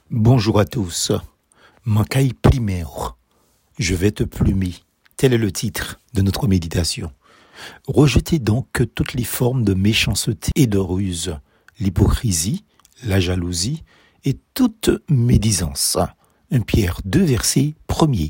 Bonjour à tous. Mancaille primaire. Je vais te plumer. Tel est le titre de notre méditation. Rejetez donc toutes les formes de méchanceté et de ruse, l'hypocrisie, la jalousie et toute médisance. 1 Pierre 2, verset 1er.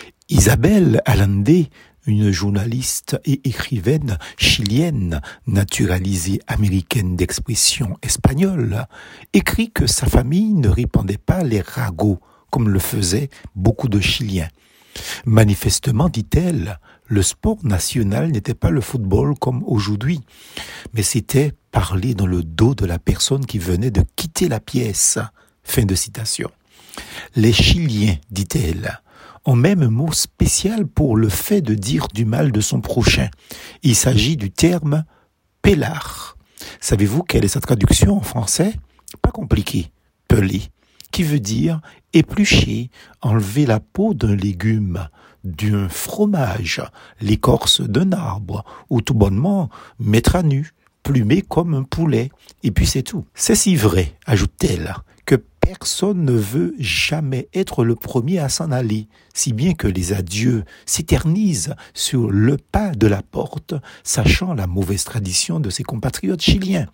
Isabelle Allende, une journaliste et écrivaine chilienne naturalisée américaine d'expression espagnole, écrit que sa famille ne répandait pas les ragots comme le faisaient beaucoup de Chiliens. Manifestement, dit-elle, le sport national n'était pas le football comme aujourd'hui, mais c'était parler dans le dos de la personne qui venait de quitter la pièce. Fin de citation. Les Chiliens, dit-elle, ont même un mot spécial pour le fait de dire du mal de son prochain. Il s'agit du terme « pelar ». Savez-vous quelle est sa traduction en français ? Pas compliqué, « peler », qui veut dire éplucher, enlever la peau d'un légume, d'un fromage, l'écorce d'un arbre, ou tout bonnement mettre à nu, plumer comme un poulet, et puis c'est tout. C'est si vrai, ajoute-t-elle, que personne ne veut jamais être le premier à s'en aller, si bien que les adieux s'éternisent sur le pas de la porte, sachant la mauvaise tradition de ses compatriotes chiliens.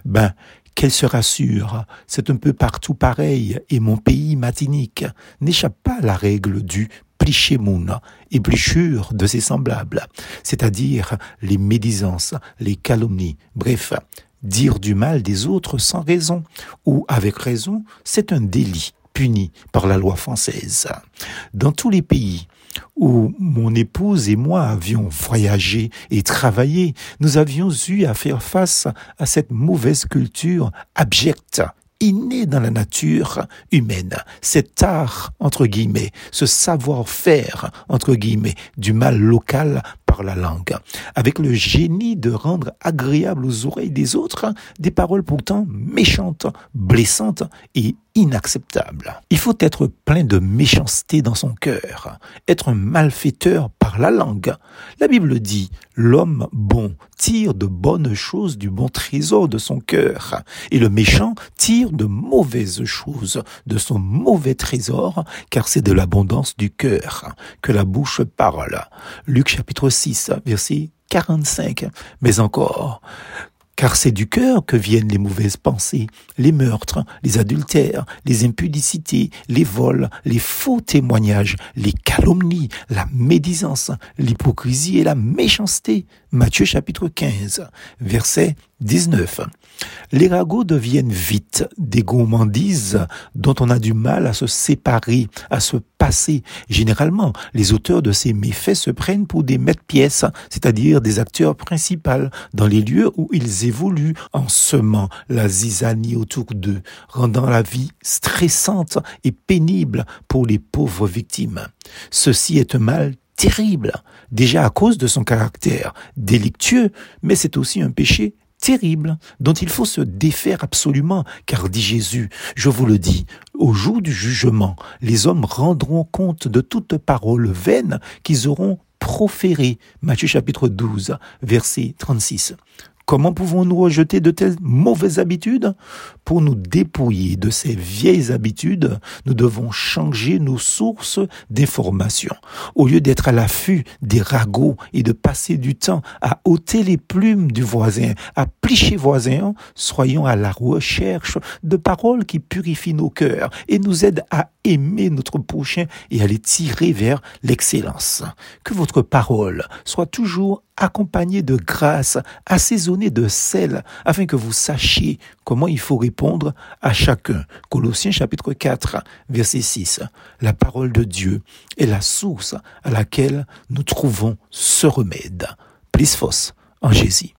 Qu'elle se rassure, c'est un peu partout pareil, et mon pays Martinique n'échappe pas à la règle du plicher-moun, épluchure de ses semblables, c'est-à-dire les médisances, les calomnies, bref, dire du mal des autres sans raison, ou avec raison, c'est un délit puni par la loi française. Dans tous les pays où mon épouse et moi avions voyagé et travaillé, nous avions eu à faire face à cette mauvaise culture abjecte, innée dans la nature humaine, cet art, entre guillemets, ce savoir-faire, entre guillemets, du mal local par la langue, avec le génie de rendre agréable aux oreilles des autres des paroles pourtant méchantes, blessantes et inacceptables. Il faut être plein de méchanceté dans son cœur, être un malfaiteur par la langue. La Bible dit, l'homme bon tire de bonnes choses du bon trésor de son cœur, et le méchant tire de mauvaises choses de son mauvais trésor, car c'est de l'abondance du cœur que la bouche parle. Luc chapitre 6, verset 45. Mais encore, car c'est du cœur que viennent les mauvaises pensées, les meurtres, les adultères, les impudicités, les vols, les faux témoignages, les calomnies, la médisance, l'hypocrisie et la méchanceté. Matthieu chapitre 15, verset 19. Les ragots deviennent vite des gourmandises dont on a du mal à se séparer, à se passer. Généralement, les auteurs de ces méfaits se prennent pour des maîtres-pièces, c'est-à-dire des acteurs principaux dans les lieux où ils évoluent, en semant la zizanie autour d'eux, rendant la vie stressante et pénible pour les pauvres victimes. Ceci est un mal terrible, déjà à cause de son caractère délictueux, mais c'est aussi un péché terrible, dont il faut se défaire absolument, car dit Jésus, je vous le dis, au jour du jugement, les hommes rendront compte de toute parole vaine qu'ils auront proférée. Matthieu chapitre 12, verset 36. Comment pouvons-nous rejeter de telles mauvaises habitudes ? Pour nous dépouiller de ces vieilles habitudes, nous devons changer nos sources d'information. Au lieu d'être à l'affût des ragots et de passer du temps à ôter les plumes du voisin, à plicher voisin, soyons à la recherche de paroles qui purifient nos cœurs et nous aident à aimer notre prochain et à les tirer vers l'excellence. Que votre parole soit toujours accompagnée de grâce, assaisonnée de sel, afin que vous sachiez comment il faut répondre à chacun. Colossiens chapitre 4, verset 6. La parole de Dieu est la source à laquelle nous trouvons ce remède. Plus fos en Jésus.